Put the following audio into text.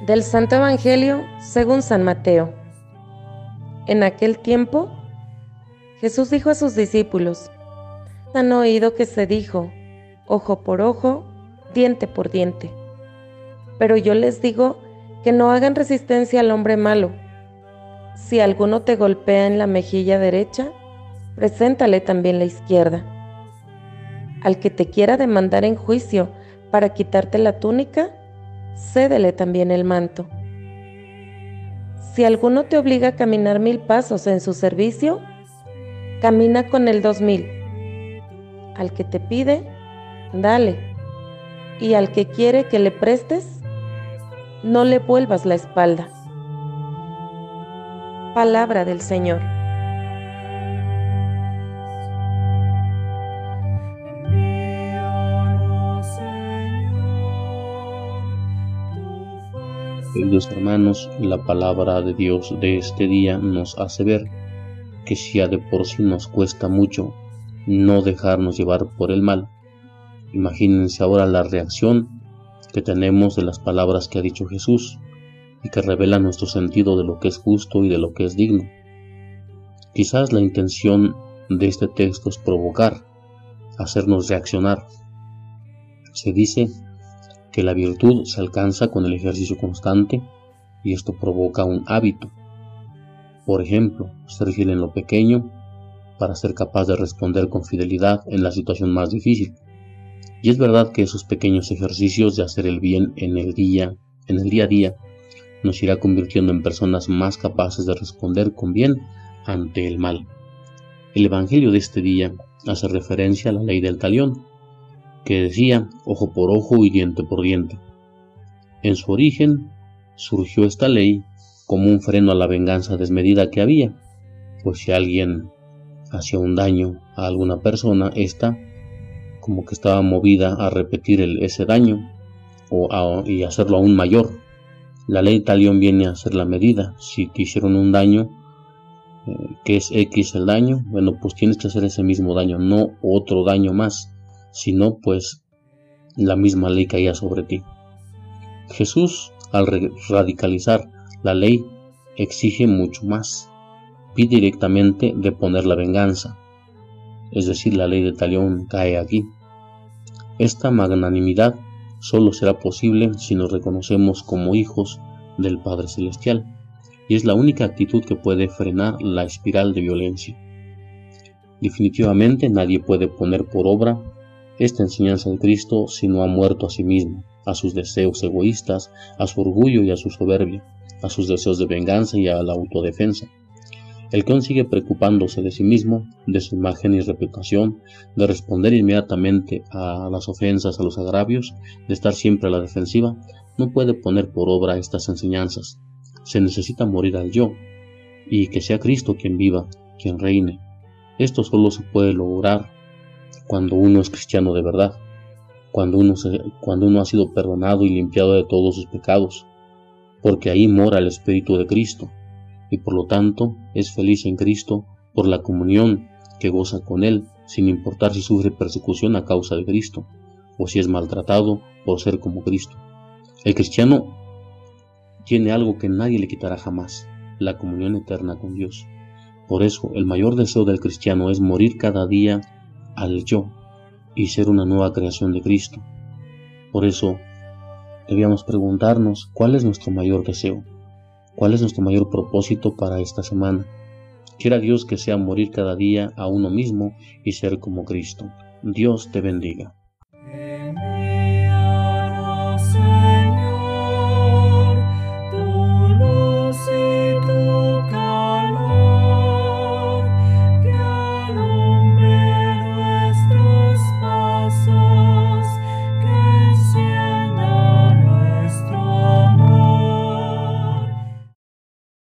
Del Santo Evangelio según San Mateo. En aquel tiempo, Jesús dijo a sus discípulos: han oído que se dijo, ojo por ojo, diente por diente. Pero yo les digo que no hagan resistencia al hombre malo. Si alguno te golpea en la mejilla derecha, preséntale también la izquierda. Al que te quiera demandar en juicio para quitarte la túnica, cédele también el manto. Si alguno te obliga a caminar 1000 pasos en su servicio, camina con él 2000. Al que te pide, dale, y al que quiere que le prestes, no le vuelvas la espalda. Palabra del Señor. Queridos hermanos, la palabra de Dios de este día nos hace ver que si ya de por sí nos cuesta mucho no dejarnos llevar por el mal, imagínense ahora la reacción que tenemos de las palabras que ha dicho Jesús y que revelan nuestro sentido de lo que es justo y de lo que es digno. Quizás la intención de este texto es provocar, hacernos reaccionar. Se dice que la virtud se alcanza con el ejercicio constante y esto provoca un hábito. Por ejemplo, ser fiel en lo pequeño para ser capaz de responder con fidelidad en la situación más difícil. Y es verdad que esos pequeños ejercicios de hacer el bien en el día a día nos irá convirtiendo en personas más capaces de responder con bien ante el mal. El Evangelio de este día hace referencia a la ley del talión, que decía ojo por ojo y diente por diente. En su origen surgió esta ley como un freno a la venganza desmedida que había, pues si alguien hacía un daño a alguna persona, ésta como que estaba movida a repetir ese daño y hacerlo aún mayor. La ley talión viene a ser la medida. Si te hicieron un daño, que es X el daño, bueno, pues tienes que hacer ese mismo daño, no otro daño más. Si no, pues la misma ley caía sobre ti. Jesús, al radicalizar la ley, exige mucho más. Pide directamente de poner la venganza. Es decir, la ley de talión cae aquí. Esta magnanimidad solo será posible si nos reconocemos como hijos del Padre Celestial, y es la única actitud que puede frenar la espiral de violencia. Definitivamente nadie puede poner por obra esta enseñanza de Cristo si no ha muerto a sí mismo, a sus deseos egoístas, a su orgullo y a su soberbia, a sus deseos de venganza y a la autodefensa. El que aún sigue preocupándose de sí mismo, de su imagen y reputación, de responder inmediatamente a las ofensas, a los agravios, de estar siempre a la defensiva, no puede poner por obra estas enseñanzas. Se necesita morir al yo, y que sea Cristo quien viva, quien reine. Esto solo se puede lograr cuando uno es cristiano de verdad, cuando uno ha sido perdonado y limpiado de todos sus pecados, porque ahí mora el Espíritu de Cristo, y por lo tanto es feliz en Cristo por la comunión que goza con Él, sin importar si sufre persecución a causa de Cristo, o si es maltratado por ser como Cristo. El cristiano tiene algo que nadie le quitará jamás, la comunión eterna con Dios. Por eso, el mayor deseo del cristiano es morir cada día al yo y ser una nueva creación de Cristo. Por eso, debíamos preguntarnos cuál es nuestro mayor deseo, cuál es nuestro mayor propósito para esta semana. Quiera Dios que sea morir cada día a uno mismo y ser como Cristo. Dios te bendiga.